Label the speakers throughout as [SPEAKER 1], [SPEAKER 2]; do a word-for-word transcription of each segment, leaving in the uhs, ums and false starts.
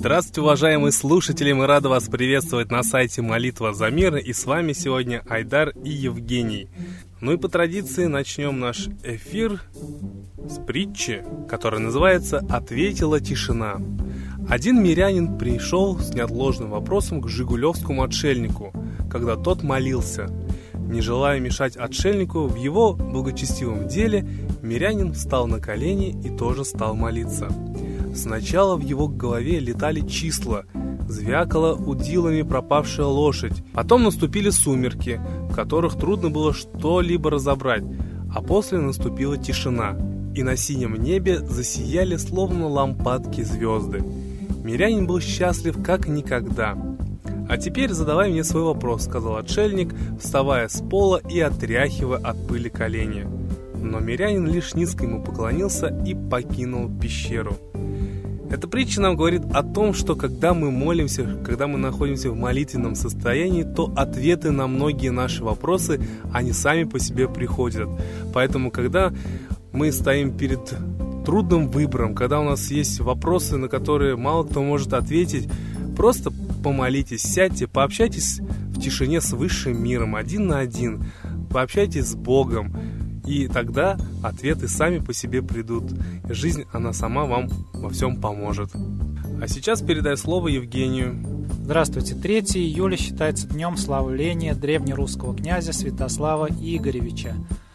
[SPEAKER 1] Здравствуйте, уважаемые слушатели! Мы рады вас приветствовать на сайте «Молитва за мир». И с вами сегодня Айдар и Евгений. Ну и по традиции начнем наш эфир с притчи, которая называется «Ответила тишина». Один мирянин пришел с неотложным вопросом к жигулевскому отшельнику, когда тот молился. Не желая мешать отшельнику в его благочестивом деле, мирянин встал на колени и тоже стал молиться. Сначала в его голове летали числа, звякала удилами пропавшая лошадь. Потом наступили сумерки, в которых трудно было что-либо разобрать, а после наступила тишина, и на синем небе засияли словно лампадки звезды. Мирянин был счастлив как никогда. «А теперь задавай мне свой вопрос», — сказал отшельник, вставая с пола и отряхивая от пыли колени. Но мирянин лишь низко ему поклонился и покинул пещеру. Эта притча нам говорит о том, что когда мы молимся, когда мы находимся в молитвенном состоянии, то ответы на многие наши вопросы, они сами по себе приходят. Поэтому, когда мы стоим перед трудным выбором, когда у нас есть вопросы, на которые мало кто может ответить, просто помолитесь, сядьте, пообщайтесь в тишине с высшим миром, один на один, пообщайтесь с Богом. И тогда ответы сами по себе придут. Жизнь, она сама вам во всем поможет. А сейчас передаю слово Евгению.
[SPEAKER 2] Здравствуйте. третьего июля считается днем славления древнерусского князя Святослава Игоревича,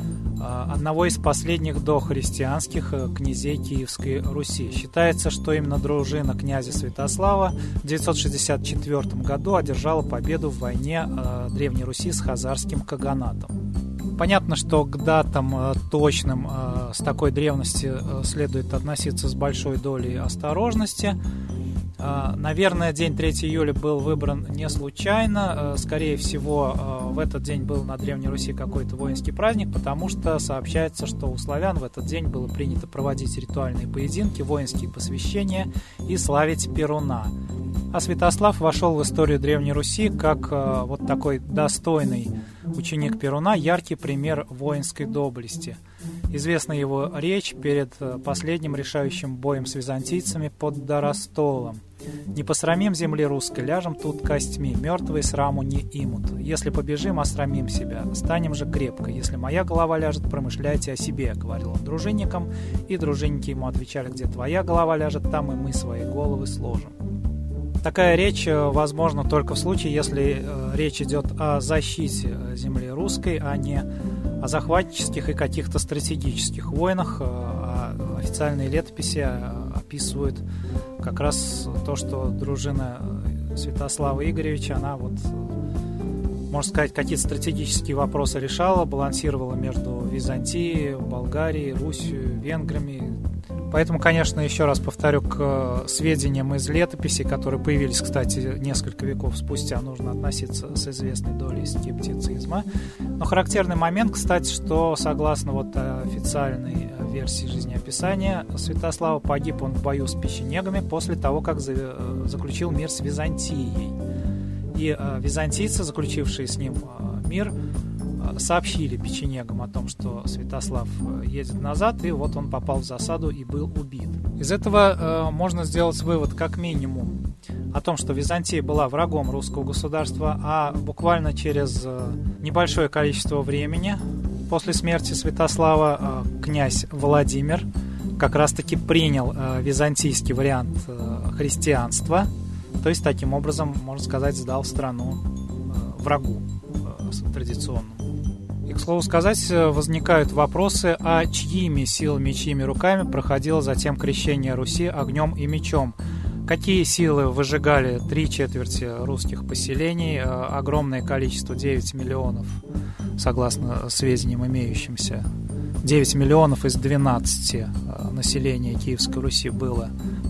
[SPEAKER 2] одного из последних дохристианских князей Киевской Руси. Считается, что именно дружина князя Святослава в девятьсот шестьдесят четвёртом году одержала победу в войне Древней Руси с хазарским каганатом. Понятно, что к датам э, точным э, с такой древности э, следует относиться с большой долей осторожности. Э, наверное, день третьего июля был выбран не случайно. Э, скорее всего, э, в этот день был на Древней Руси какой-то воинский праздник, потому что сообщается, что у славян в этот день было принято проводить ритуальные поединки, воинские посвящения и славить Перуна. А Святослав вошел в историю Древней Руси как э, вот такой достойный ученик Перуна, яркий пример воинской доблести. Известна его речь перед последним решающим боем с византийцами под Доростолом. «Не посрамим земли русской, ляжем тут костьми, мертвые сраму не имут. Если побежим, осрамим себя, станем же крепко. Если моя голова ляжет, промышляйте о себе», — говорил он дружинникам, и дружинники ему отвечали: «Где твоя голова ляжет, там и мы свои головы сложим». Такая речь возможна только в случае, если э, речь идет о защите земли русской, а не о захватнических и каких-то стратегических войнах. Э, а официальные летописи описывают как раз то, что дружина Святослава Игоревича, она вот, можно сказать, какие-то стратегические вопросы решала, балансировала между Византией, Болгарией, Русью, венграми. Поэтому, конечно, еще раз повторю, к сведениям из летописи, которые появились, кстати, несколько веков спустя, нужно относиться с известной долей скептицизма. Но характерный момент, кстати, что, согласно вот официальной версии жизнеописания, Святослава погиб он в бою с печенегами после того, как заключил мир с Византией. И византийцы, заключившие с ним мир, сообщили печенегам о том, что Святослав едет назад, и вот он попал в засаду и был убит. Из этого э, можно сделать вывод, как минимум, о том, что Византия была врагом русского государства, а буквально через э, небольшое количество времени после смерти Святослава э, князь Владимир как раз-таки принял э, византийский вариант э, христианства, то есть таким образом, можно сказать, сдал страну э, врагу э, традиционному. И, к слову сказать, возникают вопросы, а чьими силами и чьими руками проходило затем крещение Руси огнем и мечом? Какие силы выжигали три четверти русских поселений, огромное количество, девять миллионов, согласно сведениям имеющимся, девять миллионов из двенадцати населения Киевской Руси было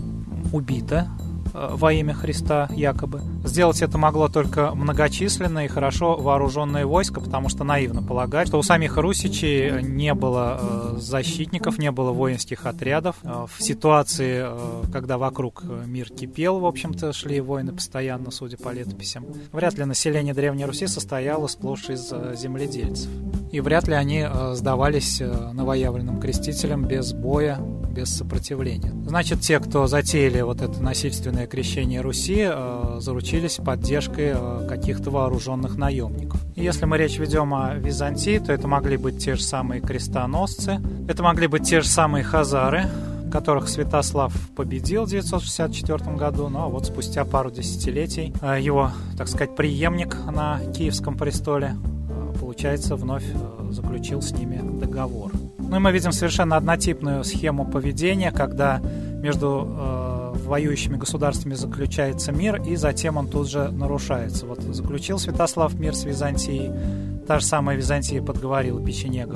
[SPEAKER 2] убито во имя Христа, якобы. Сделать это могло только многочисленное и хорошо вооруженное войско, потому что наивно полагать, что у самих русичей не было защитников, не было воинских отрядов. В ситуации, когда вокруг мир кипел, в общем-то, шли войны постоянно, судя по летописям, вряд ли население Древней Руси состояло сплошь из земледельцев. и вряд ли они сдавались новоявленным крестителям без боя, без сопротивления. Значит, те, кто затеяли вот это насильственное крещение Руси, заручились поддержкой каких-то вооруженных наемников. И если мы речь ведем о Византии, то это могли быть те же самые крестоносцы, это могли быть те же самые хазары, которых Святослав победил в девятьсот шестьдесят четвёртом году, но вот спустя пару десятилетий его, так сказать, преемник на Киевском престоле, получается, вновь заключил с ними договор. Ну и мы видим совершенно однотипную схему поведения, когда между э, воюющими государствами заключается мир, и затем он тут же нарушается. Вот заключил Святослав мир с Византией, та же самая Византия подговорила печенегов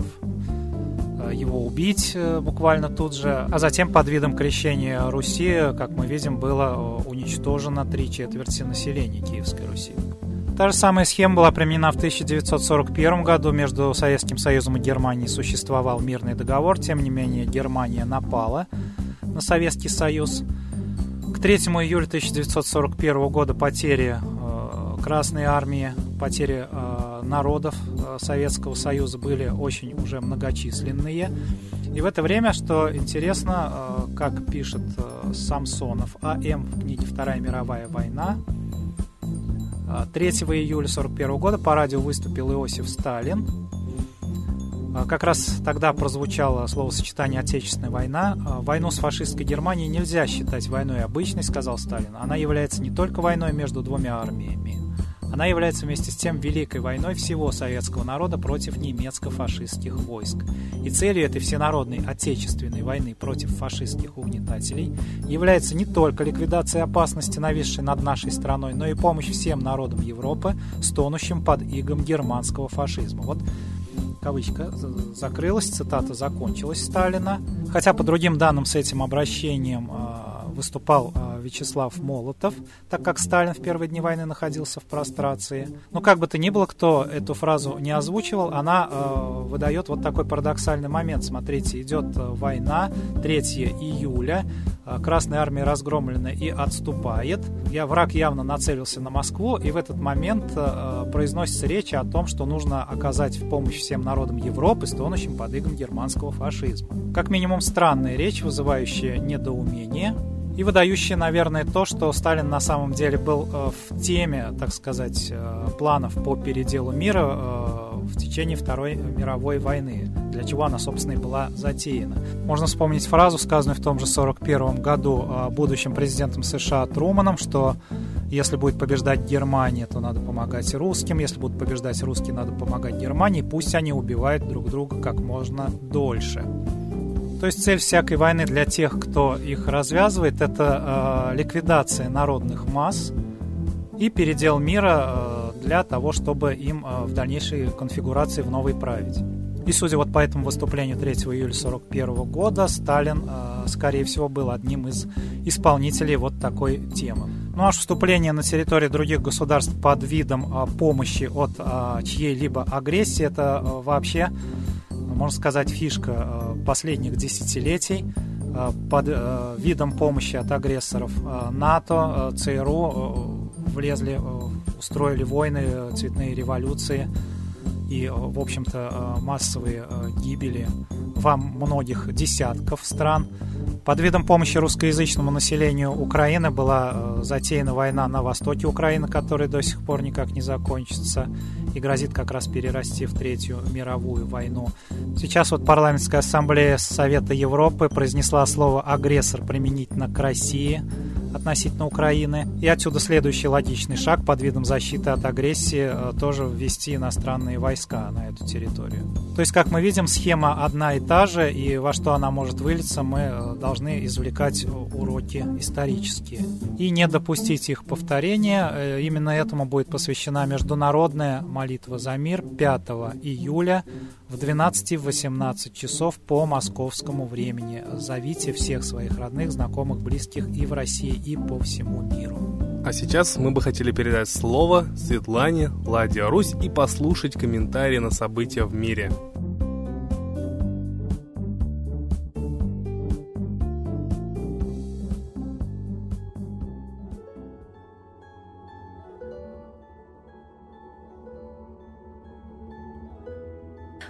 [SPEAKER 2] его убить буквально тут же, а затем под видом крещения Руси, как мы видим, было уничтожено три четверти населения Киевской Руси. Та же самая схема была применена в тысяча девятьсот сорок первом году. Между Советским Союзом и Германией существовал мирный договор, тем не менее Германия напала на Советский Союз. К третьему июля тысяча девятьсот сорок первого года потери э, Красной Армии, потери э, народов э, Советского Союза были очень уже многочисленные. И в это время, что интересно, э, как пишет э, Самсонов А М в книге «Вторая мировая война», третьего июля сорок первого года по радио выступил Иосиф Сталин. Как раз тогда прозвучало словосочетание «Отечественная война». «Войну с фашистской Германией нельзя считать войной обычной», — сказал Сталин. «Она является не только войной между двумя армиями. Она является вместе с тем великой войной всего советского народа против немецко-фашистских войск. И целью этой всенародной отечественной войны против фашистских угнетателей является не только ликвидация опасности, нависшей над нашей страной, но и помощь всем народам Европы, стонущим под игом германского фашизма». Вот кавычка закрылась, цитата закончилась Сталина. Хотя по другим данным с этим обращением выступал Вячеслав Молотов, так как Сталин в первые дни войны находился в прострации. Но как бы то ни было, кто эту фразу не озвучивал, она э, выдает вот такой парадоксальный момент. Смотрите, идет война, третьего июля, э, Красная армия разгромлена и отступает. Я, враг явно нацелился на Москву, и в этот момент э, произносится речь о том, что нужно оказать в помощь всем народам Европы, стонущим под игом германского фашизма. Как минимум странная речь, вызывающая недоумение. И выдающее, наверное, то, что Сталин на самом деле был э, в теме, так сказать, э, планов по переделу мира э, в течение Второй мировой войны, для чего она, собственно, и была затеяна. Можно вспомнить фразу, сказанную в том же сорок первом году э, будущим президентом США Труманом, что если будет побеждать Германия, то надо помогать русским, если будут побеждать русские, надо помогать Германии, пусть они убивают друг друга как можно дольше. То есть цель всякой войны для тех, кто их развязывает, это э, ликвидация народных масс и передел мира э, для того, чтобы им э, в дальнейшей конфигурации в новой править. И судя вот по этому выступлению третьего июля сорок первого года, Сталин, э, скорее всего, был одним из исполнителей вот такой темы. Ну а вступление на территории других государств под видом э, помощи от э, чьей-либо агрессии, это э, вообще, можно сказать, фишка последних десятилетий. Под видом помощи от агрессоров НАТО, ЦРУ влезли, устроили войны, цветные революции и, в общем-то, массовые гибели во многих десятков стран. Под видом помощи русскоязычному населению Украины была затеяна война на востоке Украины, которая до сих пор никак не закончится и грозит как раз перерасти в Третью мировую войну. Сейчас вот парламентская ассамблея Совета Европы произнесла слово «агрессор» применительно к России относительно Украины. И отсюда следующий логичный шаг под видом защиты от агрессии тоже ввести иностранные войска на эту территорию. То есть, как мы видим, схема одна и та же, и во что она может вылиться, мы должны извлекать уроки исторические и не допустить их повторения. Именно этому будет посвящена международная молитва за мир пятого июля в двенадцать-восемнадцать часов по московскому времени. Зовите всех своих родных, знакомых, близких и в России, и по всему миру.
[SPEAKER 1] А сейчас мы бы хотели передать слово Светлане, Ладья Русь, и послушать комментарии на события в мире.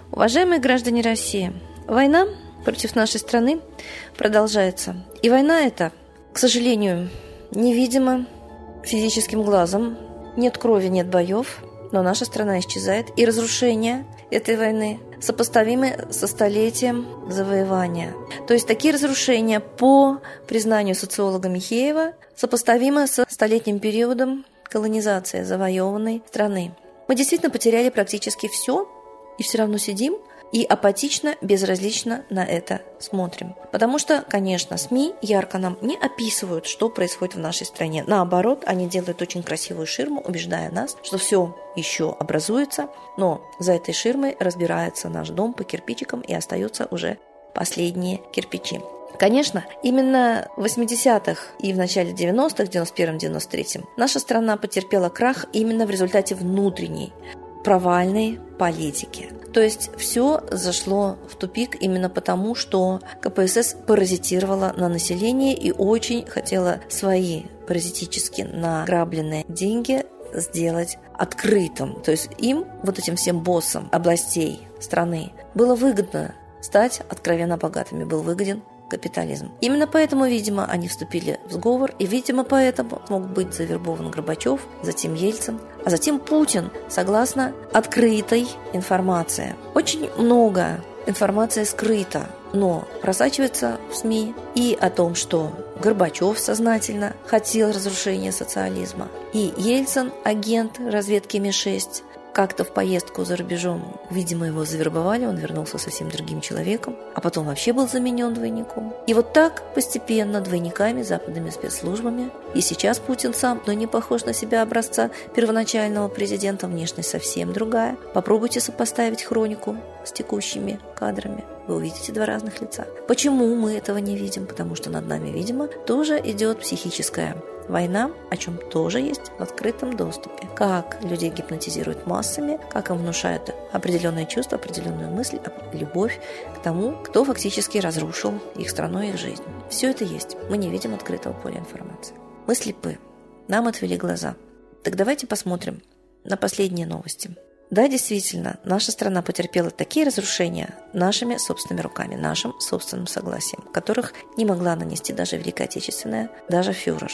[SPEAKER 3] Уважаемые граждане России, война против нашей страны продолжается. И война эта, к сожалению, невидима физическим глазом. Нет крови, нет боев, но наша страна исчезает. И разрушения этой войны сопоставимы со столетием завоевания. То есть такие разрушения, по признанию социолога Михеева, сопоставимы со столетним периодом колонизации завоеванной страны. Мы действительно потеряли практически все, и все равно сидим и апатично, безразлично на это смотрим. Потому что, конечно, СМИ ярко нам не описывают, что происходит в нашей стране. Наоборот, они делают очень красивую ширму, убеждая нас, что все еще образуется, но за этой ширмой разбирается наш дом по кирпичикам, и остаются уже последние кирпичи. Конечно, именно в восьмидесятых и в начале девяностых, девяносто первом - девяносто третьем, наша страна потерпела крах именно в результате внутренней провальной политики. То есть все зашло в тупик именно потому, что ка пэ эс эс паразитировала на населении и очень хотела свои паразитически награбленные деньги сделать открытым. То есть им, вот этим всем боссам областей страны, было выгодно стать откровенно богатыми, был выгоден капитализм. Именно поэтому, видимо, они вступили в сговор, и, видимо, поэтому мог быть завербован Горбачев, затем Ельцин, а затем Путин, согласно открытой информации. Очень много информации скрыто, но просачивается в СМИ и о том, что Горбачев сознательно хотел разрушения социализма, и Ельцин, агент разведки эм шесть, как-то в поездку за рубежом, видимо, его завербовали, он вернулся совсем другим человеком, а потом вообще был заменен двойником. И вот так постепенно двойниками, западными спецслужбами. И сейчас Путин сам, но не похож на себя образца первоначального президента, внешность совсем другая. Попробуйте сопоставить хронику с текущими кадрами. Вы увидите два разных лица. Почему мы этого не видим? Потому что над нами, видимо, тоже идет психическая война, о чем тоже есть в открытом доступе. Как людей гипнотизируют массами, как им внушают определенные чувства, определенную мысль, любовь к тому, кто фактически разрушил их страну и их жизнь. Все это есть. Мы не видим открытого поля информации. Мы слепы. Нам отвели глаза. Так давайте посмотрим на последние новости. Да, действительно, наша страна потерпела такие разрушения нашими собственными руками, нашим собственным согласием, которых не могла нанести даже Великая Отечественная, даже фюрер.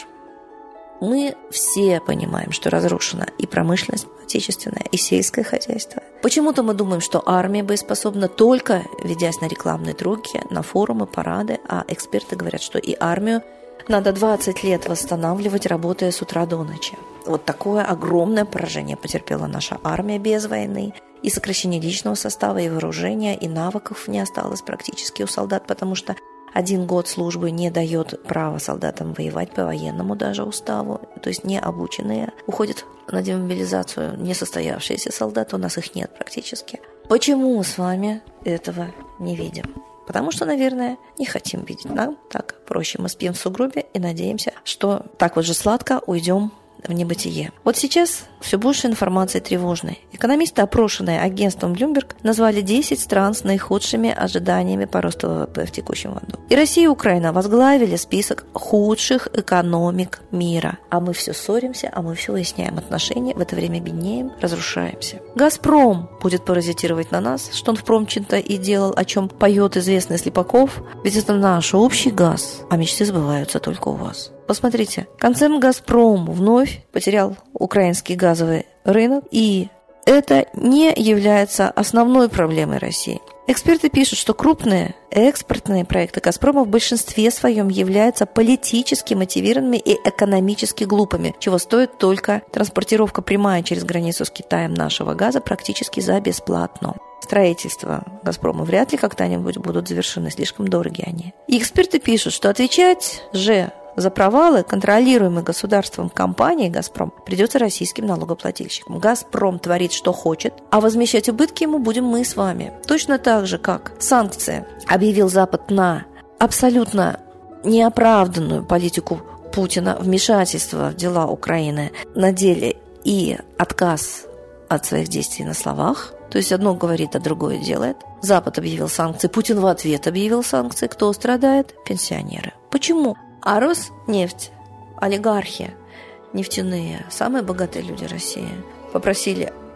[SPEAKER 3] Мы все понимаем, что разрушена и промышленность отечественная, и сельское хозяйство. Почему-то мы думаем, что армия боеспособна только ведясь на рекламные трюки, на форумы, парады, а эксперты говорят, что и армию надо двадцать лет восстанавливать, работая с утра до ночи. Вот такое огромное поражение потерпела наша армия без войны. И сокращение личного состава, и вооружения, и навыков не осталось практически у солдат, потому что один год службы не дает права солдатам воевать по военному даже уставу. То есть необученные уходят на демобилизацию, несостоявшиеся солдаты, у нас их нет практически. Почему мы с вами этого не видим? Потому что, наверное, не хотим видеть. Нам так проще. Мы спим в сугробе и надеемся, что так вот же сладко уйдем в небытие. Вот сейчас все больше информации тревожной. Экономисты, опрошенные агентством Bloomberg, назвали десять стран с наихудшими ожиданиями по росту вэ вэ пэ в текущем году. И Россия и Украина возглавили список худших экономик мира. А мы все ссоримся, а мы все выясняем отношения, в это время беднеем, разрушаемся. «Газпром» будет паразитировать на нас, что он в промче-то и делал, о чем поет известный Слепаков. Ведь это наш общий газ, а мечты сбываются только у вас. Посмотрите, концерн «Газпром» вновь потерял украинский газовый рынок, и это не является основной проблемой России. Эксперты пишут, что крупные экспортные проекты «Газпрома» в большинстве своем являются политически мотивированными и экономически глупыми, чего стоит только транспортировка прямая через границу с Китаем нашего газа практически за бесплатно. Строительство «Газпрома» вряд ли когда-нибудь будут завершены, слишком дороги они. И эксперты пишут, что отвечать же за провалы контролируемой государством компании «Газпром» придется российским налогоплательщикам. «Газпром» творит, что хочет, а возмещать убытки ему будем мы с вами. Точно так же, как санкции объявил Запад на абсолютно неоправданную политику Путина, вмешательство в дела Украины на деле и отказ от своих действий на словах. То есть одно говорит, а другое делает. Запад объявил санкции, Путин в ответ объявил санкции. Кто страдает? Пенсионеры. Почему? А Роснефть, олигархи нефтяные, самые богатые люди России, попросили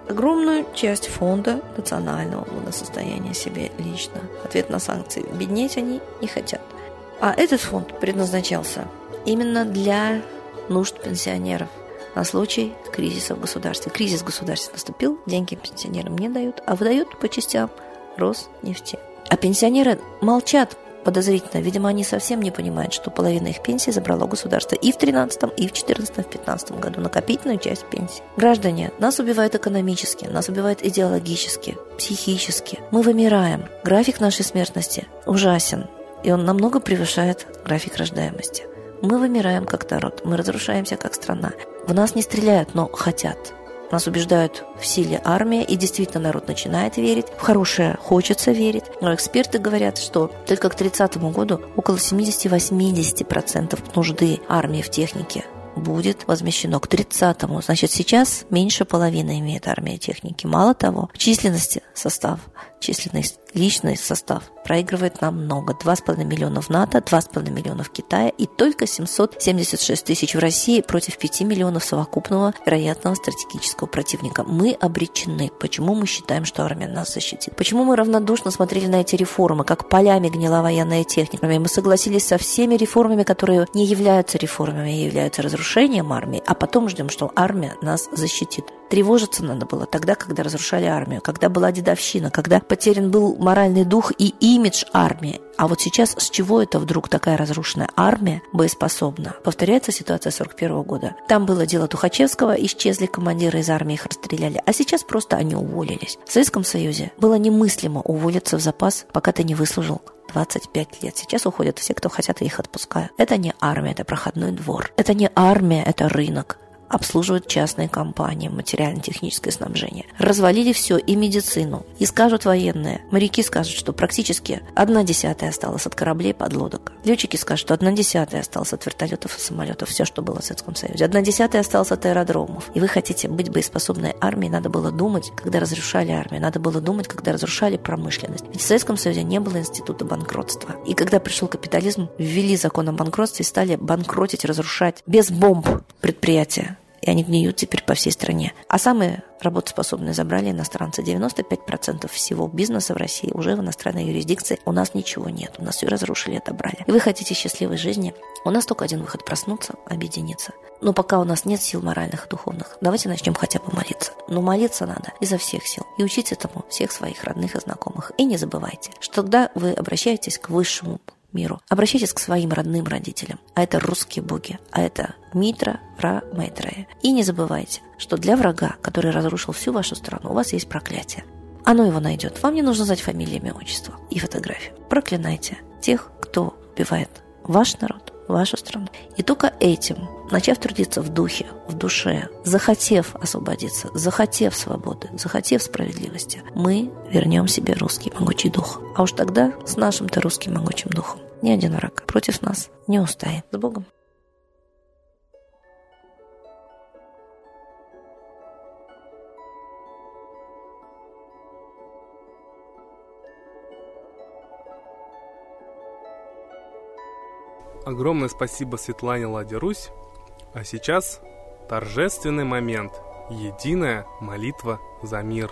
[SPEAKER 3] огромную часть фонда национального благосостояния себе лично. Ответ на санкции. Беднеть они не хотят. А этот фонд предназначался именно для нужд пенсионеров на случай кризиса в государстве. Кризис в государстве наступил, деньги пенсионерам не дают, а выдают по частям Роснефти. А пенсионеры молчат подозрительно. Видимо, они совсем не понимают, что половина их пенсии забрало государство и в тринадцатом, и в четырнадцатом, и в пятнадцатом году. Накопительную часть пенсии. Граждане, нас убивают экономически, нас убивают идеологически, психически. Мы вымираем. График нашей смертности ужасен. И он намного превышает график рождаемости. Мы вымираем как народ, мы разрушаемся как страна. В нас не стреляют, но хотят. Нас убеждают в силе армии, и действительно народ начинает верить. В хорошее хочется верить. Но эксперты говорят, что только к тридцатому году около семьдесят-восемьдесят процентов нужды армии в технике будет возмещено. К тридцатому. Значит, сейчас меньше половины имеет армия техники. Мало того, в численности состав, численность, личный состав проигрывает нам много. два с половиной миллиона в НАТО, два с половиной миллиона в Китае и только семьсот семьдесят шесть тысяч в России против пяти миллионов совокупного вероятного стратегического противника. Мы обречены. Почему мы считаем, что армия нас защитит? Почему мы равнодушно смотрели на эти реформы, как полями гнила военная техника? Мы согласились со всеми реформами, которые не являются реформами, а являются разрушением армии, а потом ждем, что армия нас защитит. Тревожиться надо было тогда, когда разрушали армию, когда была дедовщина, когда потерян был моральный дух и имидж армии. А вот сейчас с чего это вдруг такая разрушенная армия боеспособна? Повторяется ситуация сорок первого года. Там было дело Тухачевского, исчезли командиры из армии, их расстреляли. А сейчас просто они уволились. В Советском Союзе было немыслимо уволиться в запас, пока ты не выслужил двадцать пять лет. Сейчас уходят все, кто хотят, и их отпускают. Это не армия, это проходной двор. Это не армия, это рынок. Обслуживают частные компании, материально-техническое снабжение. Развалили все, и медицину. И скажут военные, моряки скажут, что практически одна десятая осталась от кораблей, подлодок. Летчики скажут, что одна десятая осталась от вертолетов и самолетов, все, что было в Советском Союзе. Одна десятая осталась от аэродромов. И вы хотите быть боеспособной армией, надо было думать, когда разрушали армию, надо было думать, когда разрушали промышленность. Ведь в Советском Союзе не было института банкротства. И когда пришел капитализм, ввели закон о банкротстве и стали банкротить, разрушать без бомб предприятия. И они гниют теперь по всей стране. А самые работоспособные забрали иностранцы. девяносто пять процентов всего бизнеса в России уже в иностранной юрисдикции. У нас ничего нет. У нас все разрушили и отобрали. И вы хотите счастливой жизни? У нас только один выход – проснуться, объединиться. Но пока у нас нет сил моральных и духовных, давайте начнем хотя бы молиться. Но молиться надо изо всех сил. И учить этому всех своих родных и знакомых. И не забывайте, что тогда вы обращаетесь к высшему миру. Обращайтесь к своим родным родителям. А это русские боги. А это Митра, Ра, Майтрея. И не забывайте, что для врага, который разрушил всю вашу страну, у вас есть проклятие. Оно его найдет. Вам не нужно знать фамилии, имя, отчество и фотографию. Проклинайте тех, кто убивает ваш народ, вашу страну. И только этим, начав трудиться в духе, в душе, захотев освободиться, захотев свободы, захотев справедливости, мы вернем себе русский могучий дух. А уж тогда с нашим-то русским могучим духом ни один враг против нас не устоит. С Богом!
[SPEAKER 1] Огромное спасибо Светлане Ладе-Русь. А сейчас торжественный момент. Единая молитва за мир.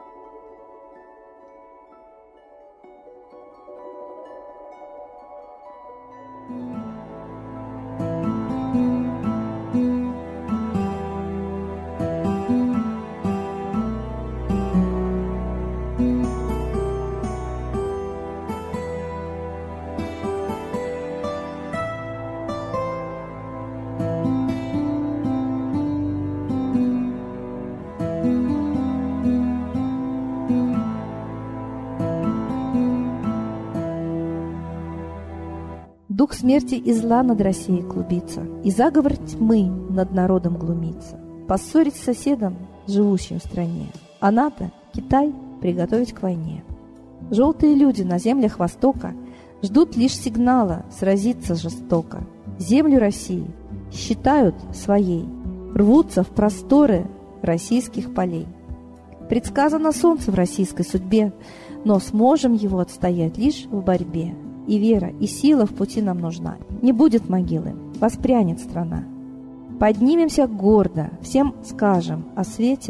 [SPEAKER 4] Дух смерти и зла над Россией клубится, и заговор тьмы над народом глумится. Поссорить с соседом, живущим в стране, а НАТО, Китай, приготовить к войне. Желтые люди на землях Востока ждут лишь сигнала сразиться жестоко. Землю России считают своей, рвутся в просторы российских полей. Предсказано солнце в российской судьбе, но сможем его отстоять лишь в борьбе. И вера, и сила в пути нам нужна. Не будет могилы, воспрянет страна. Поднимемся гордо, всем скажем о свете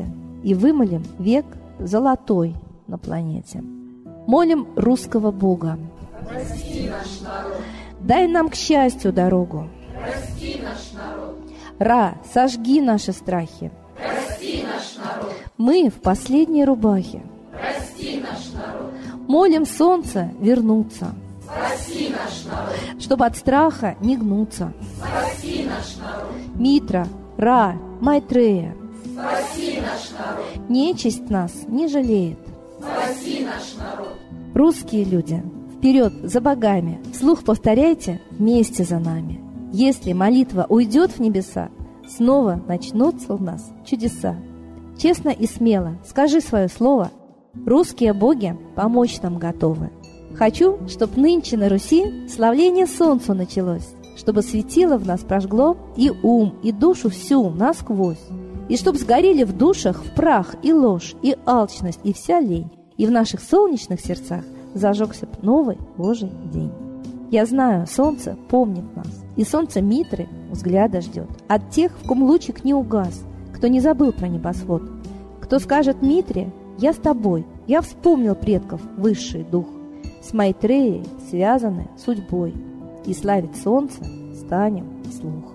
[SPEAKER 4] и вымолим век золотой на планете. Молим русского Бога.
[SPEAKER 5] Прости наш народ.
[SPEAKER 4] Дай нам к счастью дорогу.
[SPEAKER 5] Прости наш народ.
[SPEAKER 4] Ра, сожги наши страхи.
[SPEAKER 5] Прости наш народ.
[SPEAKER 4] Мы в последней рубахе.
[SPEAKER 5] Прости наш народ.
[SPEAKER 4] Молим солнце вернуться,
[SPEAKER 5] Спаси наш народ.
[SPEAKER 4] чтобы от страха не гнуться.
[SPEAKER 5] Спаси наш народ.
[SPEAKER 4] Митра, Ра, Майтрея,
[SPEAKER 5] Спаси наш народ.
[SPEAKER 4] нечисть нас не жалеет.
[SPEAKER 5] Спаси наш народ.
[SPEAKER 4] Русские люди, вперед за богами, вслух повторяйте вместе за нами. Если молитва уйдет в небеса, снова начнутся у нас чудеса. Честно и смело скажи свое слово. Русские боги помочь нам готовы. Хочу, чтоб нынче на Руси славление солнцу началось, чтобы светило в нас прожгло и ум, и душу всю насквозь, и чтоб сгорели в душах в прах и ложь, и алчность, и вся лень, и в наших солнечных сердцах зажегся б новый Божий день. Я знаю, солнце помнит нас, и солнце Митры взгляда ждет от тех, в ком лучик не угас, кто не забыл про небосвод, кто скажет Митре: «Я с тобой, я вспомнил предков высший дух». С Майтреей связаны судьбой, и славить солнце станем вслух.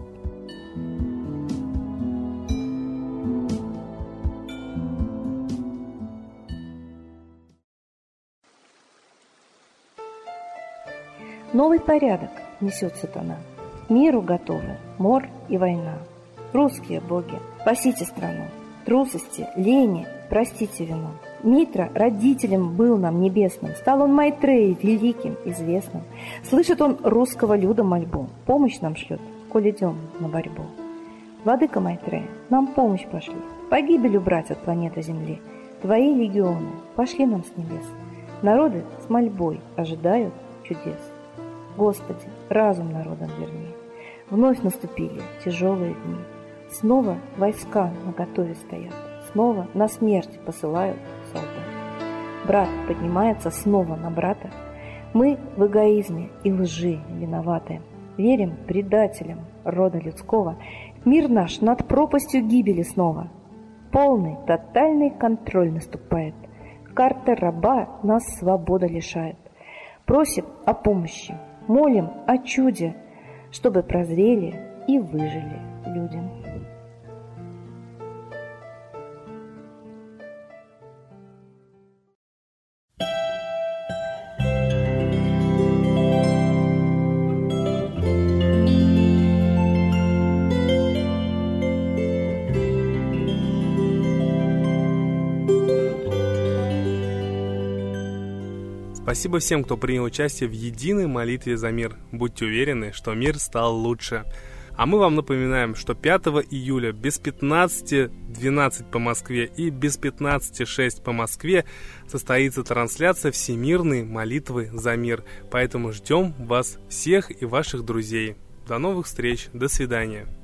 [SPEAKER 4] Новый порядок несет сатана. Миру готовы мор и война. Русские боги, спасите страну. Трусости, лени, простите вину. Митра родителем был нам небесным, стал он Майтреей великим, известным. Слышит он русского люда мольбу, помощь нам шлет, коль идем на борьбу. Владыка Майтрея, нам помощь пошли, погибель убрать от планеты Земли. Твои легионы пошли нам с небес. Народы с мольбой ожидают чудес. Господи, разум народам верни. Вновь наступили тяжелые дни. Снова войска наготове стоят, снова на смерть посылают солдат. Брат поднимается снова на брата. Мы в эгоизме и лжи виноваты. Верим предателям рода людского. Мир наш над пропастью гибели снова. Полный, тотальный контроль наступает. Карта раба нас свобода лишает. Просим о помощи, молим о чуде, чтобы прозрели и выжили люди.
[SPEAKER 1] Спасибо всем, кто принял участие в единой молитве за мир. Будьте уверены, что мир стал лучше. А мы вам напоминаем, что пятого июля без пятнадцати двенадцать по Москве и без пятнадцати шесть по Москве состоится трансляция Всемирной молитвы за мир. Поэтому ждем вас всех и ваших друзей. До новых встреч. До свидания.